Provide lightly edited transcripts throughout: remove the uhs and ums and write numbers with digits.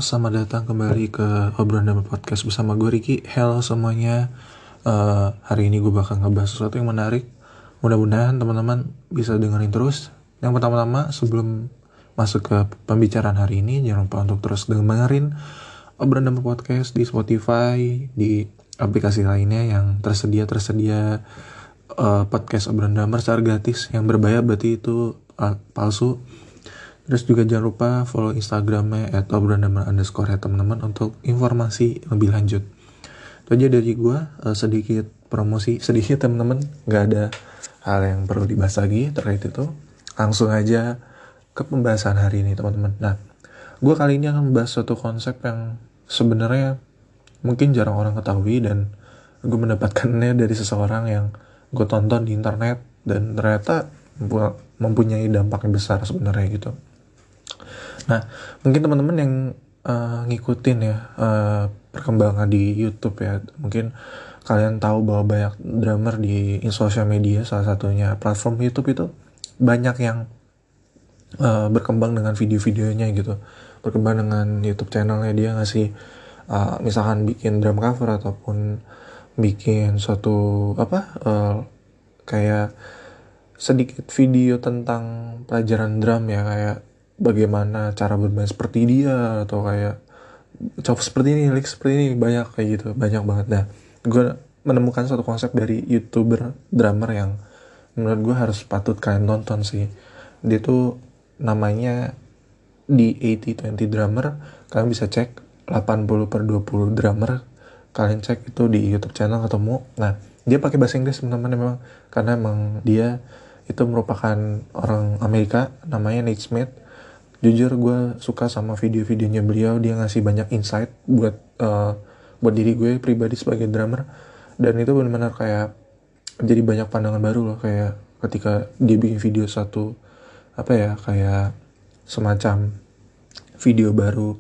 selamat datang kembali ke obrolan dan podcast bersama gue Ricky. Hello semuanya. Hari ini gue bakal ngebahas sesuatu yang menarik. Mudah-mudahan teman-teman bisa dengerin terus. Yang pertama-tama sebelum masuk ke pembicaraan hari ini, jangan lupa untuk terus dengerin obrolan dan podcast di Spotify, di aplikasi lainnya yang tersedia podcast obrolan dan secara gratis. Yang berbayar berarti itu palsu. Terus juga jangan lupa follow Instagramnya @obrolan_, ya teman-teman, untuk informasi lebih lanjut. Itu aja dari gue, sedikit promosi sedikit teman-teman, nggak ada hal yang perlu dibahas lagi terkait itu. Langsung aja ke pembahasan hari ini teman-teman. Nah, gue kali ini akan membahas suatu konsep yang sebenarnya mungkin jarang orang ketahui, dan gue mendapatkannya dari seseorang yang gue tonton di internet dan ternyata mempunyai dampak yang besar sebenarnya gitu. Nah, mungkin teman-teman yang ngikutin ya perkembangan di YouTube ya, mungkin kalian tahu bahwa banyak drummer di sosial media, salah satunya platform YouTube itu banyak yang berkembang dengan video-videonya gitu, berkembang dengan YouTube channelnya. Dia ngasih misalkan bikin drum cover ataupun bikin suatu kayak sedikit video tentang pelajaran drum ya, kayak bagaimana cara bermain seperti dia, atau kayak chop seperti ini, lick seperti ini, banyak kayak gitu, banyak banget. Nah, gue menemukan suatu konsep dari YouTuber drummer yang menurut gue harus patut kalian tonton sih. Dia tuh namanya di 80/20 Drummer. Kalian bisa cek 80/20 Drummer, kalian cek itu di YouTube channel ketemu. Nah, dia pakai bahasa Inggris teman-teman memang, karena emang dia itu merupakan orang Amerika, namanya Nate Smith. Jujur gue suka sama video-videonya beliau. Dia ngasih banyak insight buat diri gue pribadi sebagai drummer, dan itu benar-benar kayak jadi banyak pandangan baru loh, kayak ketika dia bikin video satu kayak semacam video baru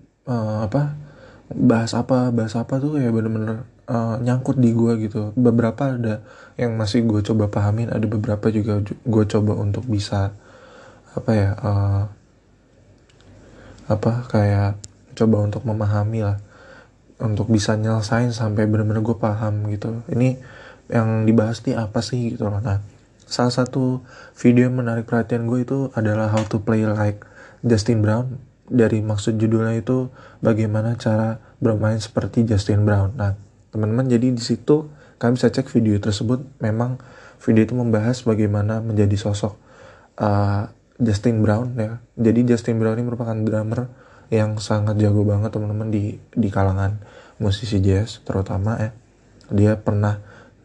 bahas apa tuh kayak benar-benar nyangkut di gue gitu. Beberapa ada yang masih gue coba pahamin, ada beberapa juga gue coba untuk bisa kayak coba untuk memahami lah, untuk bisa nyelesain sampai benar-benar gue paham gitu. Ini yang dibahas nih apa sih gitu loh. Nah, salah satu video yang menarik perhatian gue itu adalah How to Play Like Justin Brown. Dari maksud judulnya itu bagaimana cara bermain seperti Justin Brown. Nah, teman-teman, jadi di situ kalian bisa cek video tersebut. Memang video itu membahas bagaimana menjadi sosok Justin Brown ya. Jadi Justin Brown ini merupakan drummer yang sangat jago banget teman-teman di kalangan musisi jazz terutama ya. Dia pernah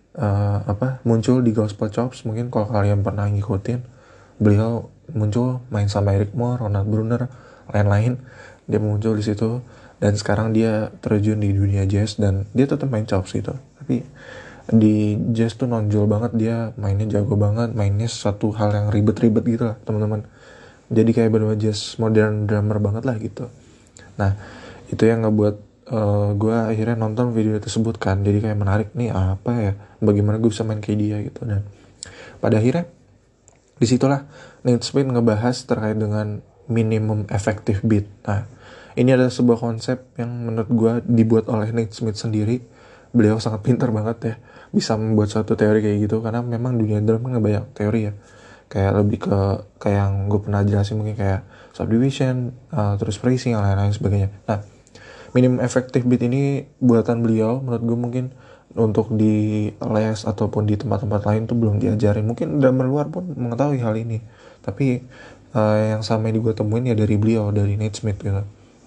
muncul di Gospel Chops. Mungkin kalau kalian pernah ngikutin, beliau muncul main sama Eric Moore, Ronald Bruner, lain-lain. Dia muncul di situ, dan sekarang dia terjun di dunia jazz dan dia tetap main chops gitu. Tapi di jazz tuh nonjol banget, dia mainnya jago banget, mainnya satu hal yang ribet-ribet gitu lah teman-teman. Jadi kayak bener-bener jazz modern drummer banget lah gitu. Nah, itu yang ngebuat gue akhirnya nonton video tersebut kan. Jadi kayak menarik nih, apa ya, bagaimana gue bisa main kayak dia gitu. Dan pada akhirnya disitulah Nate Smith ngebahas terkait dengan minimum effective beat. Nah, ini adalah sebuah konsep yang menurut gue dibuat oleh Nate Smith sendiri. Beliau sangat pintar banget ya, bisa membuat suatu teori kayak gitu, karena memang dunia drum kan banyak teori ya. Kayak lebih ke kayak yang gue pernah jelasin, mungkin kayak subdivision, terus phrasing, lain-lain sebagainya. Nah, minimum effective beat ini buatan beliau, menurut gue mungkin untuk di les ataupun di tempat-tempat lain tuh belum diajarin. Mungkin drummer luar pun mengetahui hal ini, tapi yang sama yang gue temuin ya dari beliau, dari Nate Smith gitu.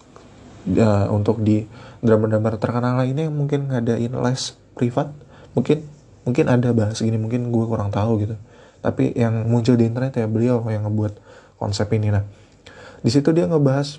Untuk di drummer-drummer terkenal lainnya yang mungkin ngadain les privat, mungkin ada bahas gini, mungkin gue kurang tahu gitu. Tapi yang muncul di internet ya beliau yang ngebuat konsep ini. Nah, di situ dia ngebahas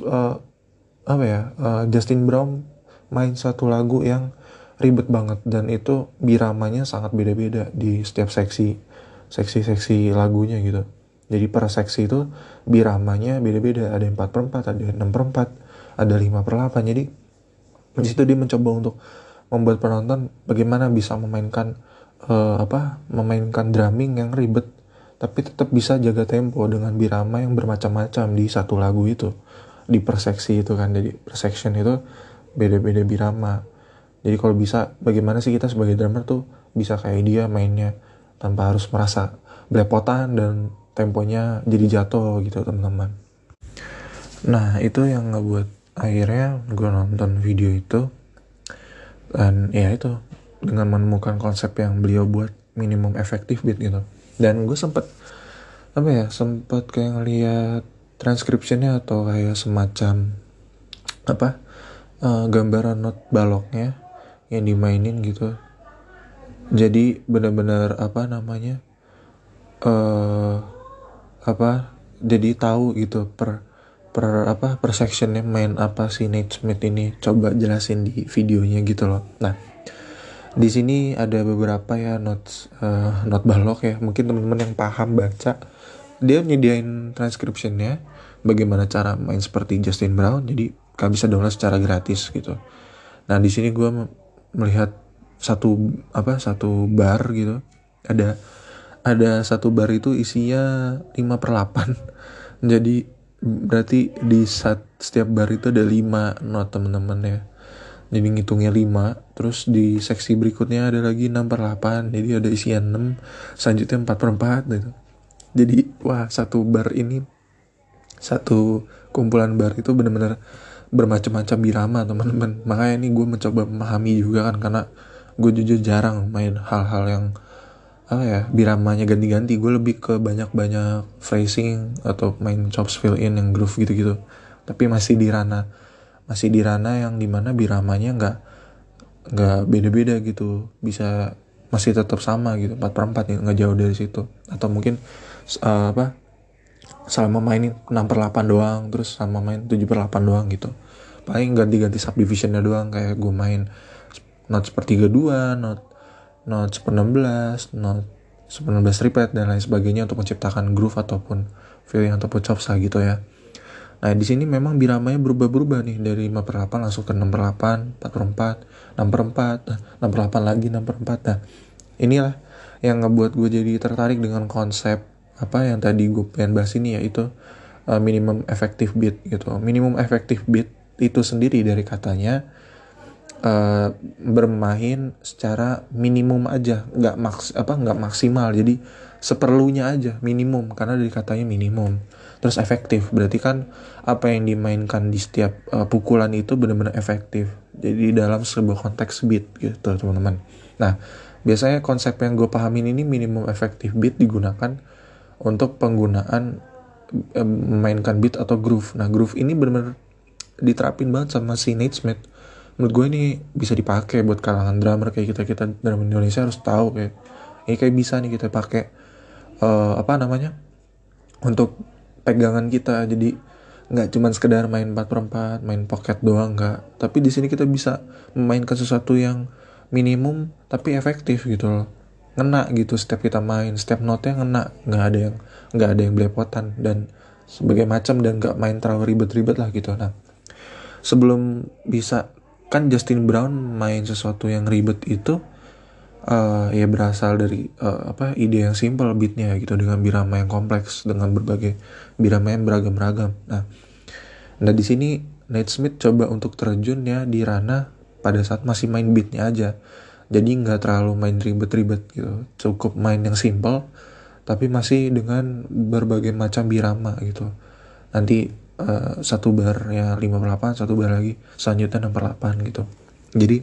Justin Brown main satu lagu yang ribet banget, dan itu biramanya sangat beda-beda di setiap seksi lagunya gitu. Jadi per seksi itu biramanya beda-beda, ada 4/4, ada 6/4, ada 5/8. Jadi di situ dia mencoba untuk membuat penonton bagaimana bisa memainkan drumming yang ribet tapi tetap bisa jaga tempo dengan birama yang bermacam-macam di satu lagu itu. di per seksi itu kan, jadi per section itu beda-beda birama. Jadi kalau bisa, bagaimana sih kita sebagai drummer tuh bisa kayak dia mainnya tanpa harus merasa belepotan dan temponya jadi jatuh gitu teman-teman. Nah itu yang ngebuat akhirnya gue nonton video itu, dan ya itu dengan menemukan konsep yang beliau buat, minimum effective beat gitu. Dan gue sempet kayak ngeliat transcriptionnya atau kayak semacam gambaran not baloknya yang dimainin gitu. Jadi benar-benar jadi tahu gitu per sectionnya main apa si Nate Smith ini, coba jelasin di videonya gitu loh. Nah di sini ada beberapa ya not balok ya, mungkin teman-teman yang paham baca, dia nyediain transcriptionnya bagaimana cara main seperti Justin Brown, jadi kalian bisa download secara gratis gitu. Nah di sini gue melihat satu bar gitu, ada satu bar itu isinya 5/8 jadi berarti di setiap bar itu ada 5 not teman-teman ya. Jadi ngitungnya 5, terus di seksi berikutnya ada lagi 6/8, jadi ada isian 6, selanjutnya 4/4 gitu. Jadi wah, satu kumpulan bar itu benar-benar bermacam-macam birama teman-teman. Makanya ini gue mencoba memahami juga kan, karena gue jujur jarang main hal-hal yang biramanya ganti-ganti. Gue lebih ke banyak-banyak phrasing atau main chops fill in yang groove gitu-gitu. Tapi masih di ranah yang dimana biramanya nggak beda-beda gitu, bisa masih tetap sama gitu, 4/4 ya, nggak jauh dari situ. Atau mungkin selama mainin 6/8 doang, terus sama main 7/8 doang gitu, paling ganti-ganti subdivisionnya doang, kayak gue main not sepertiga 2, not 16, not 19 repeat dan lain sebagainya untuk menciptakan groove ataupun feeling ataupun chops gitu ya. Nah di sini memang biramanya berubah-berubah nih, dari 5/8 langsung ke 6/8, 4/4, 6/4, 6/8 lagi 6/4. Nah inilah yang ngebuat gue jadi tertarik dengan konsep yang tadi gue pengen bahas ini, yaitu minimum effective beat gitu. Minimum effective beat itu sendiri dari katanya bermain secara minimum aja, nggak maksimal, jadi seperlunya aja, minimum, karena dari katanya minimum. Terus efektif, berarti kan apa yang dimainkan di setiap pukulan itu benar-benar efektif, jadi dalam sebuah konteks beat gitu teman-teman. Nah biasanya konsep yang gue pahamin ini, minimum effective beat, digunakan untuk penggunaan memainkan beat atau groove. Nah groove ini benar-benar diterapin banget sama si Nate Smith. Menurut gue ini bisa dipakai buat kalangan drummer kayak kita drummer Indonesia, harus tahu kayak ini kayak bisa nih kita pakai untuk pegangan kita. Jadi nggak cuma sekedar main 4/4, main pocket doang, nggak. Tapi di sini kita bisa memainkan sesuatu yang minimum tapi efektif gitu loh, ngena gitu setiap kita main, setiap notnya ngena, nggak ada yang belepotan dan sebagai macam, dan nggak main terlalu ribet-ribet lah gitu. Nah sebelum bisa, kan Justin Brown main sesuatu yang ribet itu ya berasal dari ide yang simple beatnya gitu, dengan birama yang kompleks, dengan berbagai birama yang beragam-ragam. Nah di sini Nate Smith coba untuk terjun ya di ranah pada saat masih main beatnya aja, jadi nggak terlalu main ribet-ribet gitu, cukup main yang simple tapi masih dengan berbagai macam birama gitu. Nanti satu bar ya 5/8, satu bar lagi selanjutnya 6/8 gitu. Jadi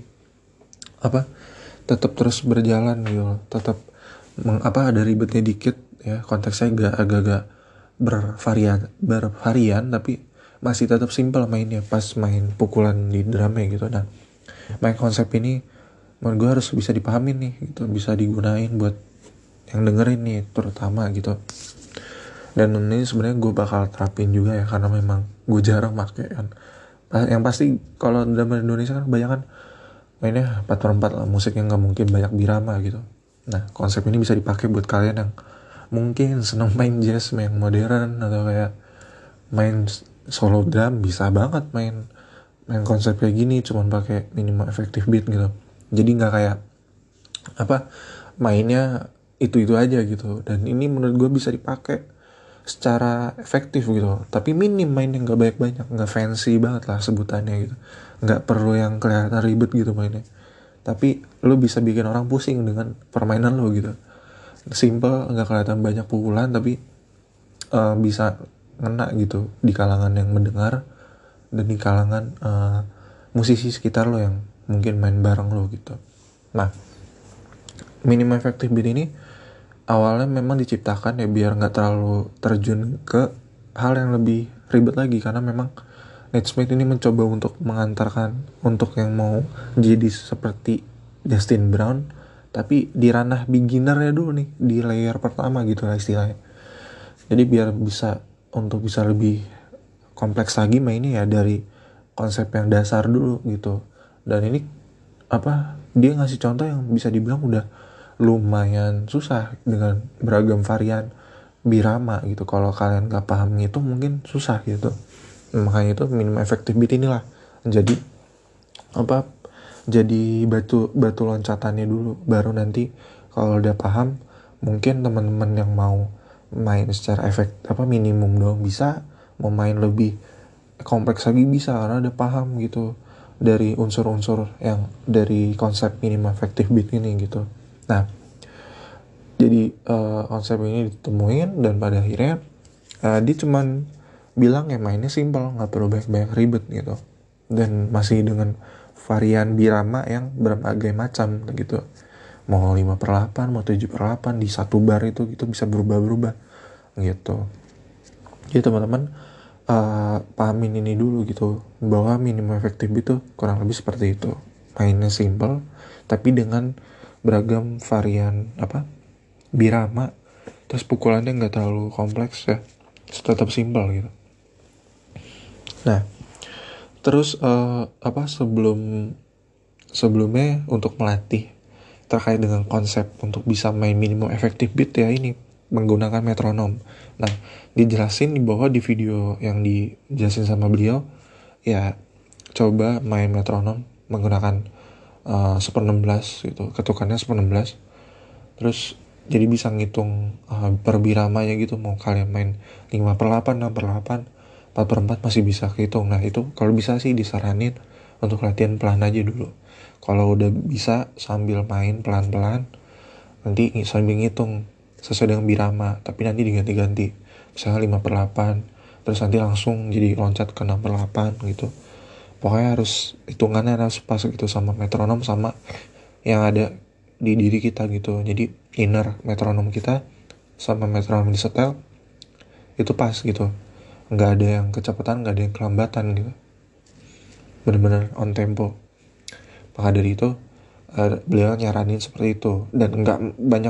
tetap terus berjalan gitu, tetap ada ribetnya dikit ya, konteksnya agak-agak bervarian tapi masih tetap simple mainnya pas main pukulan di drumnya gitu. Nah main konsep ini menurut gue harus bisa dipahamin nih gitu, bisa digunain buat yang dengerin nih terutama gitu. Dan ini sebenarnya gue bakal terapin juga ya, karena memang gue jarang pakai kan. Yang pasti kalau drummer Indonesia kan kebanyakan mainnya 4/4 lah, musiknya nggak mungkin banyak birama gitu. Nah konsep ini bisa dipakai buat kalian yang mungkin seneng main jazz, main modern, atau kayak main solo drum, bisa banget main konsep kayak gini cuman pakai minimum effective beat gitu. Jadi nggak kayak mainnya itu aja gitu. Dan ini menurut gue bisa dipakai secara efektif gitu, tapi minim mainnya, nggak banyak-banyak, nggak fancy banget lah sebutannya gitu, nggak perlu yang kelihatan ribet gitu mainnya, tapi lu bisa bikin orang pusing dengan permainan lu gitu. Simple, nggak kelihatan banyak pukulan, tapi bisa ngena gitu di kalangan yang mendengar dan di kalangan musisi sekitar lo yang mungkin main bareng lo gitu. Nah, minimum effective beat ini awalnya memang diciptakan ya biar nggak terlalu terjun ke hal yang lebih ribet lagi, karena memang Nate Smith ini mencoba untuk mengantarkan untuk yang mau jadi seperti Justin Brown, tapi di ranah beginner ya dulu nih, di layer pertama gitu lah istilahnya. Jadi biar bisa lebih kompleks lagi mainnya ya dari konsep yang dasar dulu gitu. Dan ini dia ngasih contoh yang bisa dibilang udah lumayan susah dengan beragam varian birama gitu. Kalau kalian gak paham itu mungkin susah gitu. Makanya itu minimum effective beat inilah jadi jadi batu loncatannya dulu, baru nanti kalau udah paham mungkin teman-teman yang mau main secara minimum doang bisa, mau main lebih kompleks lagi bisa karena udah paham gitu dari unsur-unsur yang dari konsep minimum effective beat ini gitu. Nah, jadi konsep ini ditemuin dan pada akhirnya dia cuman bilang ya mainnya simple, nggak perlu banyak-banyak ribet gitu, dan masih dengan varian birama yang berbagai macam gitu, mau 5/8, mau 7/8 di satu bar itu gitu bisa berubah-berubah gitu. Jadi teman-teman pahamin ini dulu gitu, bahwa minimum efektif itu kurang lebih seperti itu, mainnya simple tapi dengan beragam varian birama, terus pukulannya nggak terlalu kompleks ya, tetap simple gitu. Nah, terus sebelumnya untuk melatih terkait dengan konsep untuk bisa main minimum efektif beat ya ini menggunakan metronom. Nah, dijelasin di bawah di video yang dijelasin sama beliau ya, coba main metronom menggunakan 1/16 gitu, ketukannya 1/16, terus jadi bisa ngitung per biramanya gitu, mau kalian main 5/8, 6/8, 4/4 masih bisa kehitung. Nah itu kalau bisa sih disaranin untuk latihan pelan aja dulu. Kalau udah bisa sambil main pelan-pelan, nanti sambil ngitung sesuai dengan birama, tapi nanti diganti-ganti, misalnya 5/8, terus nanti langsung jadi loncat ke 6/8 gitu. Pokoknya harus hitungannya harus pas gitu sama metronom sama yang ada di diri kita gitu. Jadi inner metronom kita sama metronom di setel itu pas gitu, nggak ada yang kecepatan, nggak ada yang kelambatan gitu, bener-bener on tempo. Maka dari itu beliau nyaranin seperti itu, dan nggak banyak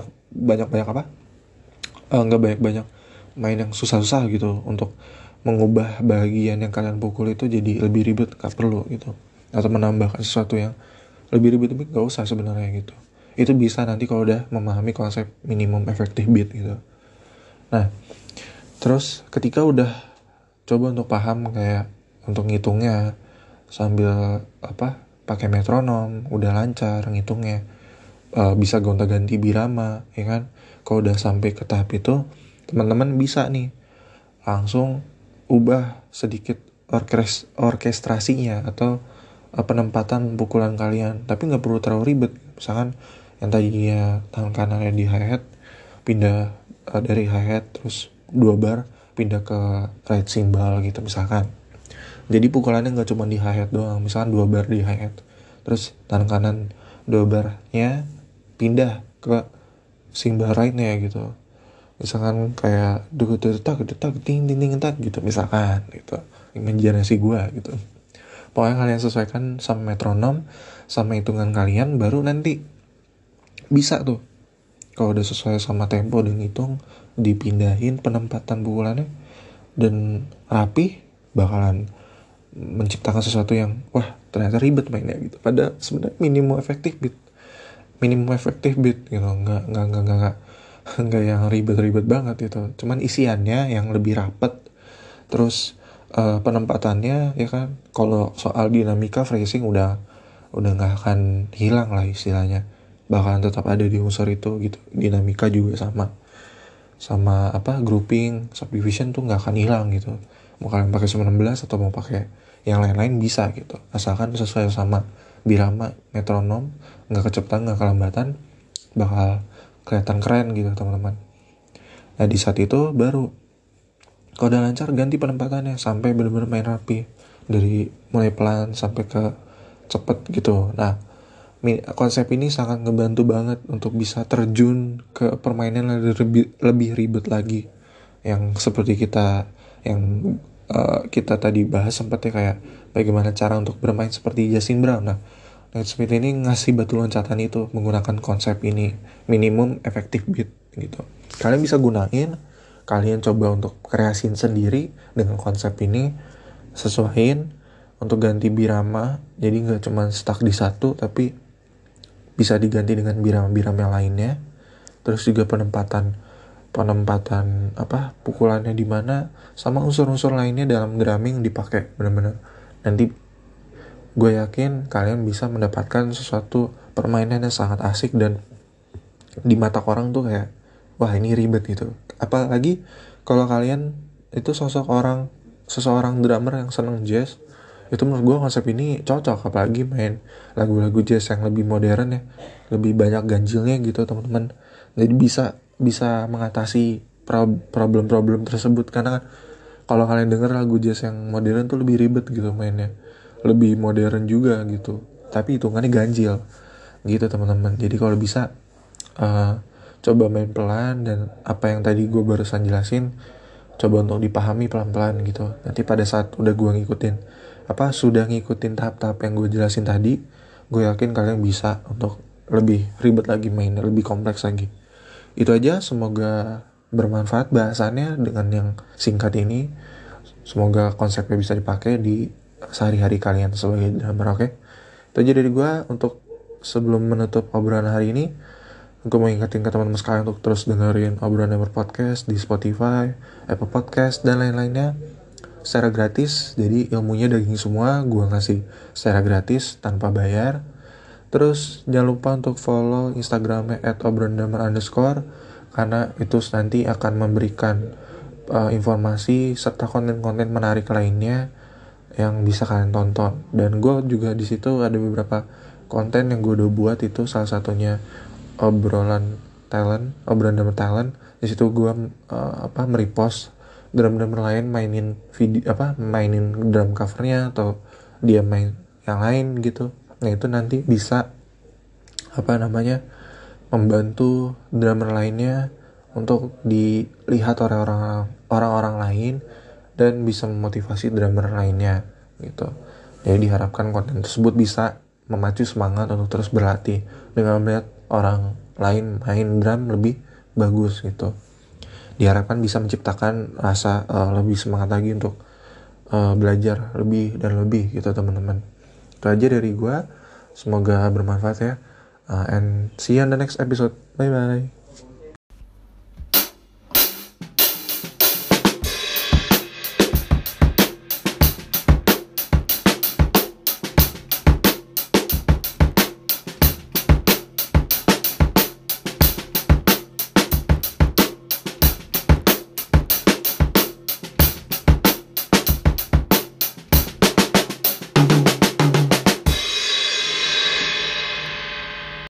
nggak banyak main yang susah-susah gitu untuk mengubah bagian yang kalian pukul itu jadi lebih ribet, nggak perlu gitu, atau menambahkan sesuatu yang lebih ribet, tapi nggak usah sebenarnya gitu. Itu bisa nanti kalau udah memahami konsep minimum effective beat gitu. Nah, terus ketika udah coba untuk paham kayak untuk ngitungnya sambil pakai metronom, udah lancar ngitungnya, bisa gonta-ganti birama ya kan. Kalau udah sampai ke tahap itu, teman-teman bisa nih langsung ubah sedikit orkestrasinya atau penempatan pukulan kalian, tapi nggak perlu terlalu ribet. Misalkan yang tadinya tangan kanannya di hi-hat, pindah dari hi-hat terus 2 bar pindah ke right cymbal gitu misalkan. Jadi pukulannya nggak cuma di hi-hat doang, misalkan 2 bar di hi-hat, terus tangan kanan 2 barnya pindah ke cymbal right-nya gitu. Misalkan kayak detak ting ting ting tak gitu misalkan gitu. Imajinasi gue gitu. Pokoknya kalian sesuaikan sama metronom, sama hitungan kalian, baru nanti bisa tuh. Kalau udah sesuai sama tempo dan hitung, dipindahin penempatan pukulannya dan rapi, bakalan menciptakan sesuatu yang wah ternyata ribet mainnya gitu. Padahal sebenarnya minimum efektif beat gitu, nggak yang ribet-ribet banget gitu. Cuman isiannya yang lebih rapet, terus penempatannya ya kan. Kalau soal dinamika phrasing udah nggak akan hilang lah istilahnya, bakalan tetap ada di unsur itu gitu. Dinamika juga sama. sama grouping, subdivision tuh nggak akan hilang gitu. Mau kalian pakai 19 atau mau pakai yang lain-lain bisa gitu, asalkan sesuai sama birama, metronom, nggak kecepatan, nggak kelambatan, bakal kelihatan keren gitu teman-teman. Nah di saat itu baru kalau udah lancar ganti penempatannya sampai benar-benar main rapi, dari mulai pelan sampai ke cepet gitu. Nah konsep ini sangat ngebantu banget untuk bisa terjun ke permainan yang lebih ribet lagi, yang seperti kita tadi bahas sempatnya, kayak bagaimana cara untuk bermain seperti Justin Brown. Nah Netsmith ini ngasih batu loncatan itu menggunakan konsep ini, minimum effective beat gitu. Kalian bisa gunain, kalian coba untuk kreasiin sendiri dengan konsep ini, sesuaiin untuk ganti birama, jadi nggak cuma stuck di satu, tapi bisa diganti dengan birama-birama yang lainnya. Terus juga penempatan pukulannya di mana, sama unsur-unsur lainnya dalam drumming dipakai benar-benar. Nanti gue yakin kalian bisa mendapatkan sesuatu permainan yang sangat asik dan di mata orang tuh kayak wah ini ribet gitu. Apalagi kalau kalian itu seseorang drummer yang seneng jazz, itu menurut gue konsep ini cocok, apalagi main lagu-lagu jazz yang lebih modern ya, lebih banyak ganjilnya gitu teman-teman. Jadi bisa mengatasi problem-problem tersebut, karena kan kalau kalian denger lagu jazz yang modern tuh lebih ribet gitu mainnya, lebih modern juga gitu, tapi hitungannya ganjil gitu teman-teman. Jadi kalau bisa coba main pelan, dan apa yang tadi gue barusan jelasin coba untuk dipahami pelan-pelan gitu. Nanti pada saat sudah ngikutin tahap-tahap yang gue jelasin tadi, gue yakin kalian bisa untuk lebih ribet lagi mainnya, lebih kompleks lagi. Itu aja, semoga bermanfaat bahasannya dengan yang singkat ini. Semoga konsepnya bisa dipakai di sehari-hari kalian sebagai drummer, oke? Itu aja dari gue untuk sebelum menutup obrolan hari ini. Gue mau ingetin ke teman-teman sekalian untuk terus dengerin obrolan drummer podcast di Spotify, Apple Podcast, dan lain-lainnya secara gratis. Jadi ilmunya daging semua, gue ngasih secara gratis tanpa bayar. Terus jangan lupa untuk follow Instagramnya @obrondummer_, karena itu nanti akan memberikan informasi serta konten-konten menarik lainnya yang bisa kalian tonton. Dan gue juga di situ ada beberapa konten yang gue udah buat, itu salah satunya obrolan drummer talent. Di situ gue merepost drummer lain mainin drum covernya, atau dia main yang lain gitu. Nah itu nanti bisa membantu drummer lainnya untuk dilihat oleh orang-orang lain, dan bisa memotivasi drummer lainnya gitu. Jadi diharapkan konten tersebut bisa memacu semangat untuk terus berlatih dengan melihat orang lain main drum lebih bagus gitu. Diharapkan bisa menciptakan rasa lebih semangat lagi untuk belajar lebih dan lebih gitu teman-teman. Itu aja dari gue, semoga bermanfaat ya, and see you on the next episode. Bye bye.